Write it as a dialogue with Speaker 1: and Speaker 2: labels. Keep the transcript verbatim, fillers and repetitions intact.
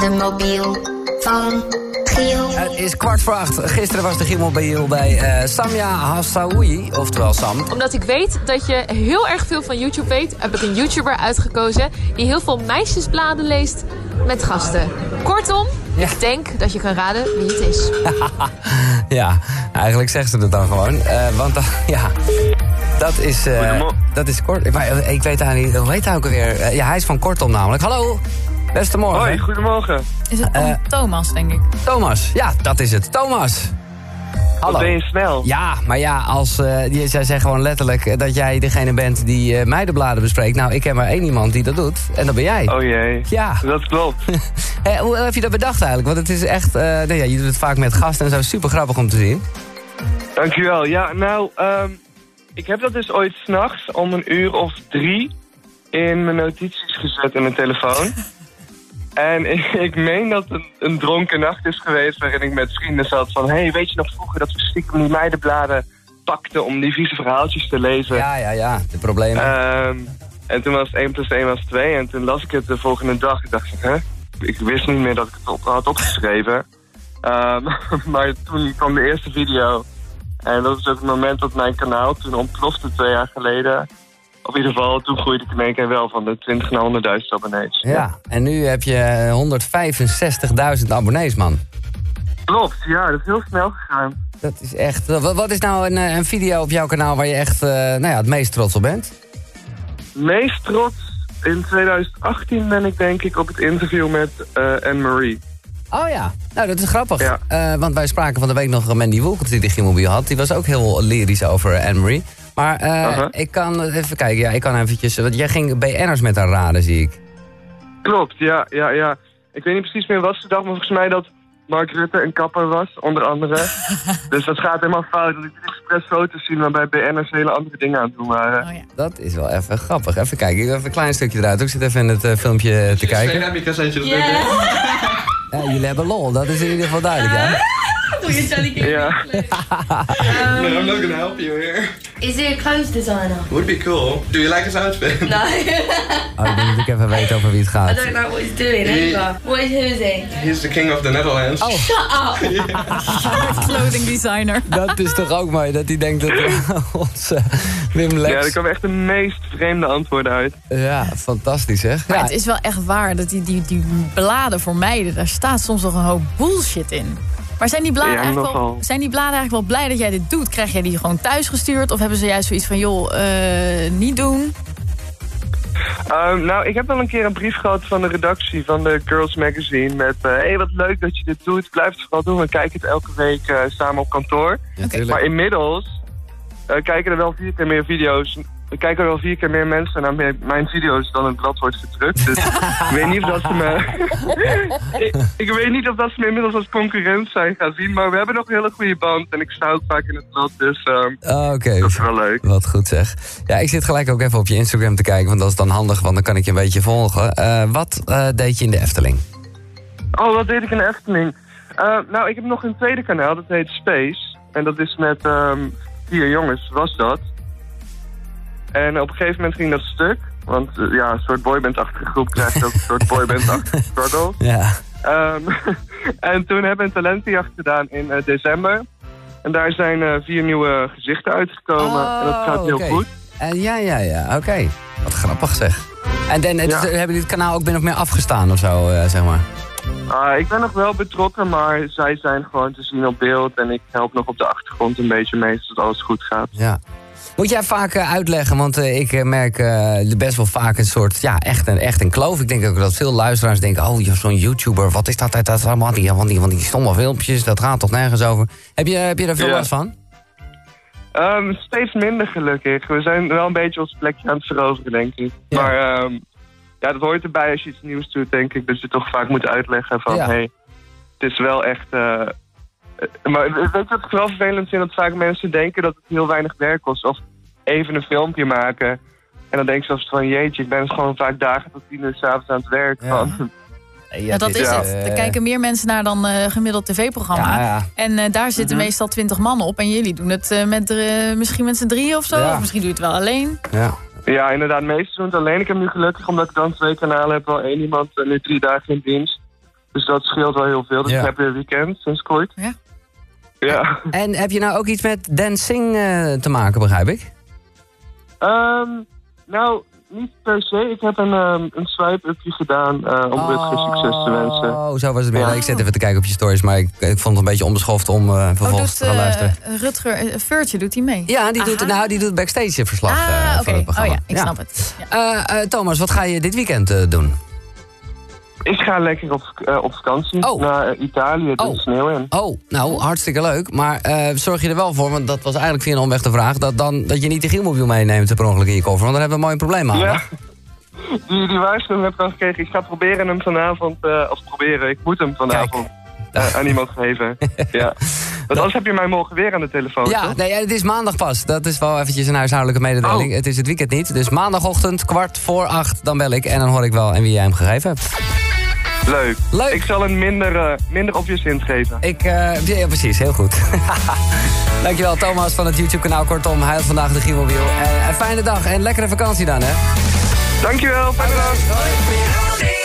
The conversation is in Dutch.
Speaker 1: de mobiel van Giel.
Speaker 2: Het is kwart voor acht. Gisteren was de Gielmobiel bij uh, Samia Hassaoui, oftewel Sam.
Speaker 3: Omdat ik weet dat je heel erg veel van YouTube weet, heb ik een YouTuber uitgekozen die heel veel meisjesbladen leest met gasten. Kortom, ja. Ik denk dat je kan raden wie het is.
Speaker 2: Ja, eigenlijk zegt ze het dan gewoon. Uh, want uh, ja, dat is, uh, dat is kort. Maar uh, ik weet eigenlijk niet, hoe heet hij ook alweer? Uh, ja, hij is van Kortom namelijk. Hallo, beste morgen.
Speaker 4: Hoi, goedemorgen.
Speaker 5: Is het uh, Thomas, denk ik?
Speaker 2: Thomas, ja, dat is het. Thomas. Hallo.
Speaker 4: Wat ben je snel?
Speaker 2: Ja, maar ja, als, uh, zij zeggen gewoon letterlijk dat jij degene bent die uh, meidenbladen bespreekt. Nou, ik ken maar één iemand die dat doet. En dat ben jij.
Speaker 4: Oh jee.
Speaker 2: Ja.
Speaker 4: Dat klopt.
Speaker 2: Hey, hoe heb je dat bedacht eigenlijk? Want het is echt, uh, nou ja, je doet het vaak met gasten en zo. Super grappig om te zien.
Speaker 4: Dankjewel. Ja, nou, um, ik heb dat dus ooit 's nachts om een uur of drie in mijn notities gezet in mijn telefoon. En ik, ik meen dat het een, een dronken nacht is geweest waarin ik met vrienden zat van... Hé, hey, weet je nog vroeger dat we stiekem die meidenbladen pakten om die vieze verhaaltjes te lezen?
Speaker 2: Ja, ja, ja, de problemen.
Speaker 4: Um, en toen was het één plus één was twee en toen las ik het de volgende dag. Ik dacht, hè? Ik wist niet meer dat ik het op, had opgeschreven. Um, maar toen kwam de eerste video. En dat is ook het moment dat mijn kanaal toen ontplofte twee jaar geleden... Op ieder geval, toen groeide ik in één keer wel van de twintig naar honderdduizend abonnees.
Speaker 2: Ja, en nu heb je honderdvijfenzestigduizend abonnees, man.
Speaker 4: Klopt, ja, dat is heel snel gegaan.
Speaker 2: Dat is echt... Wat, wat is nou een, een video op jouw kanaal waar je echt uh, nou ja, het meest trots op bent?
Speaker 4: Meest trots? In twintig achttien ben ik denk ik op het interview met uh, Anne-Marie.
Speaker 2: Oh ja, nou dat is grappig.
Speaker 4: Ja.
Speaker 2: Uh, want wij spraken van de week nog Mandy Wolkert die de Gielmobiel had. Die was ook heel lyrisch over Anne-Marie. Maar uh, uh-huh. ik kan even kijken, ja, ik kan eventjes... Want jij ging B N'ers met haar raden, zie ik.
Speaker 4: Klopt, ja, ja, ja. Ik weet niet precies meer wat ze dacht, maar volgens mij dat Mark Rutte een kapper was, onder andere. Dus dat gaat helemaal fout. Dat ik expres foto's zien waarbij B N'ers hele andere dingen aan het doen waren.
Speaker 5: Oh, ja.
Speaker 2: Dat is wel even grappig. Even kijken, ik heb even een klein stukje eruit. Ik zit even in het uh, filmpje te kijken.
Speaker 5: Yeah.
Speaker 2: Ja, jullie hebben lol, dat is in ieder geval duidelijk, ja.
Speaker 4: Ja.
Speaker 6: um, no, I'm not gonna help you here.
Speaker 1: Is he a clothes designer?
Speaker 6: Would be cool. Do you like his outfit?
Speaker 1: No.
Speaker 2: Oh, ik denk dat ik even weet over wie het gaat.
Speaker 1: I don't know what he's doing either. What is, who is he?
Speaker 6: He's the king of the Netherlands.
Speaker 2: Oh.
Speaker 1: Shut up!
Speaker 5: Clothing designer.
Speaker 2: Dat is toch ook mooi, dat hij denkt dat onze Wim Lex...
Speaker 4: Ja, er komen echt de meest vreemde antwoorden uit.
Speaker 2: Ja, fantastisch zeg.
Speaker 5: Maar
Speaker 2: Ja.
Speaker 5: het is wel echt waar dat die, die, die bladen voor meiden, daar staat soms nog een hoop bullshit in. Maar zijn die, bladen
Speaker 4: Ja,
Speaker 5: eigenlijk wel,
Speaker 4: nogal.
Speaker 5: zijn die bladen eigenlijk wel blij dat jij dit doet? Krijg jij die gewoon thuis gestuurd? Of hebben ze juist zoiets van, joh, uh, niet doen?
Speaker 4: Um, nou, ik heb wel een keer een brief gehad van de redactie van de Girls Magazine met... Hé, uh, hey, wat leuk dat je dit doet. Blijf het vooral doen. We kijken het elke week uh, samen op kantoor.
Speaker 2: Ja, tuurlijk.
Speaker 4: Maar inmiddels uh, kijken er wel vier keer meer video's... Er kijken er wel vier keer meer mensen naar mijn, mijn video's dan het blad wordt gedrukt. Dus ik weet niet of dat ze me... ik, ik weet niet of dat ze me inmiddels als concurrent zijn gaan zien. Maar we hebben nog een hele goede band. En ik sta ook vaak in het blad. Dus um,
Speaker 2: Oh, oké.
Speaker 4: dat is wel leuk.
Speaker 2: Wat goed zeg. Ja, ik zit gelijk ook even op je Instagram te kijken, want dat is dan handig, want dan kan ik je een beetje volgen. Uh, wat uh, deed je in de Efteling?
Speaker 4: Oh, wat deed ik in de Efteling? Uh, nou, ik heb nog een tweede kanaal, dat heet Space. En dat is met um, vier jongens, was dat. En op een gegeven moment ging dat stuk. Want uh, ja, een soort boyband-achtige groep krijgt ook een soort boyband-achtige struggle.
Speaker 2: Ja.
Speaker 4: Um, en toen hebben we een talentenjacht gedaan in uh, december. En daar zijn uh, vier nieuwe gezichten uitgekomen.
Speaker 2: Oh,
Speaker 4: en dat gaat heel
Speaker 2: okay.
Speaker 4: goed.
Speaker 2: En ja, ja, ja, oké. Okay. Wat grappig zeg. En dan,
Speaker 4: Ja.
Speaker 2: hebben jullie het kanaal ook min of meer afgestaan of zo, uh, zeg maar?
Speaker 4: Uh, ik ben nog wel betrokken, maar zij zijn gewoon te zien op beeld. En ik help nog op de achtergrond een beetje mee, zodat alles goed gaat.
Speaker 2: Ja. Moet jij vaak uh, uitleggen, want uh, ik uh, merk uh, best wel vaak een soort, ja, echt een, echt een kloof. Ik denk ook dat veel luisteraars denken, oh, zo'n YouTuber, wat is dat, dat, dat allemaal, die, van die, van die stomme filmpjes, dat gaat toch nergens over. Heb je, heb je daar veel
Speaker 4: Ja.
Speaker 2: last van?
Speaker 4: Um, steeds minder gelukkig. We zijn wel een beetje ons plekje aan het veroveren, denk ik.
Speaker 2: Ja.
Speaker 4: Maar um, ja, dat hoort erbij als je iets nieuws doet, denk ik. Dus je toch vaak moet uitleggen van,
Speaker 2: Ja.
Speaker 4: hey, het is wel echt... Uh, maar weet je wat ik wel vervelend vind? Dat vaak mensen denken dat het heel weinig werk kost. Of even een filmpje maken. En dan denk ik zelfs van, jeetje, ik ben gewoon vaak dagen tot tien uur 's avonds aan het werk.
Speaker 2: Ja.
Speaker 4: Van,
Speaker 5: Ja, dat is
Speaker 4: ja.
Speaker 5: het. Er kijken meer mensen naar dan uh, gemiddeld tv-programma.
Speaker 2: Ja, ja.
Speaker 5: En uh, daar zitten
Speaker 4: Mhm.
Speaker 5: meestal twintig man op. En jullie doen het uh, met, uh, misschien met z'n drieën of zo.
Speaker 2: Ja.
Speaker 5: Of misschien doe je het wel alleen.
Speaker 2: Ja.
Speaker 4: ja, inderdaad, meestal doen het alleen. Ik heb nu gelukkig, omdat ik dan twee kanalen heb, wel één iemand uh, nu drie dagen in dienst. Dus dat scheelt wel heel veel. Dus
Speaker 2: Ja.
Speaker 4: ik heb weer weekend sinds kort.
Speaker 5: Ja.
Speaker 4: Ja.
Speaker 2: En heb je nou ook iets met dancing uh, te maken, begrijp ik?
Speaker 4: Um, nou, niet per se. Ik heb een, um, een swipe-upje gedaan uh, om Rutger succes te wensen.
Speaker 2: Oh, zo was het meer.
Speaker 4: Ja.
Speaker 2: Ik zit even te kijken op je stories, maar ik, ik vond het een beetje onbeschoft om uh, vervolgens
Speaker 5: doet,
Speaker 2: te gaan
Speaker 5: uh,
Speaker 2: luisteren.
Speaker 5: Rutger, uh, Feurtje, doet hij mee?
Speaker 2: Ja, die doet,
Speaker 5: Aha.
Speaker 2: nou, die doet backstage verslag uh,
Speaker 5: Ah,
Speaker 2: van
Speaker 5: oké.
Speaker 2: het
Speaker 5: Oh
Speaker 2: programma.
Speaker 5: ja, ik snap het. Ja.
Speaker 2: Uh, uh, Thomas, wat ga je dit weekend uh, doen?
Speaker 4: Ik ga lekker op, uh, op vakantie
Speaker 2: Oh.
Speaker 4: naar uh, Italië, de
Speaker 2: Oh.
Speaker 4: sneeuw in.
Speaker 2: Oh, nou, hartstikke leuk. Maar uh, zorg je er wel voor, want dat was eigenlijk via een omweg de vraag... dat, dan, dat je niet de Gielmobiel meeneemt per ongeluk in je koffer. Want dan hebben we een mooi probleem aan.
Speaker 4: Ja, die, die waarschuwing heb ik al gekregen. Ik ga proberen hem vanavond, uh, of proberen, ik moet hem vanavond uh, aan iemand geven. Ja. Want anders heb je mij morgen weer aan de telefoon.
Speaker 2: Ja,
Speaker 4: toch?
Speaker 2: nee, het is maandag pas. Dat is wel eventjes een huishoudelijke mededeling.
Speaker 4: Oh.
Speaker 2: Het is het weekend niet. Dus maandagochtend, kwart voor acht, dan bel ik. En dan hoor ik wel en wie jij hem gegeven hebt.
Speaker 4: Leuk.
Speaker 2: Leuk.
Speaker 4: Ik zal een minder, uh, minder op je zin geven.
Speaker 2: Ik, uh, ja, precies, heel goed. Dankjewel, Thomas van het YouTube-kanaal. Kortom, hij had vandaag de Gielmobiel. Uh, een fijne dag en lekkere vakantie dan, hè?
Speaker 4: Dankjewel, fijne dag.
Speaker 2: Hoi.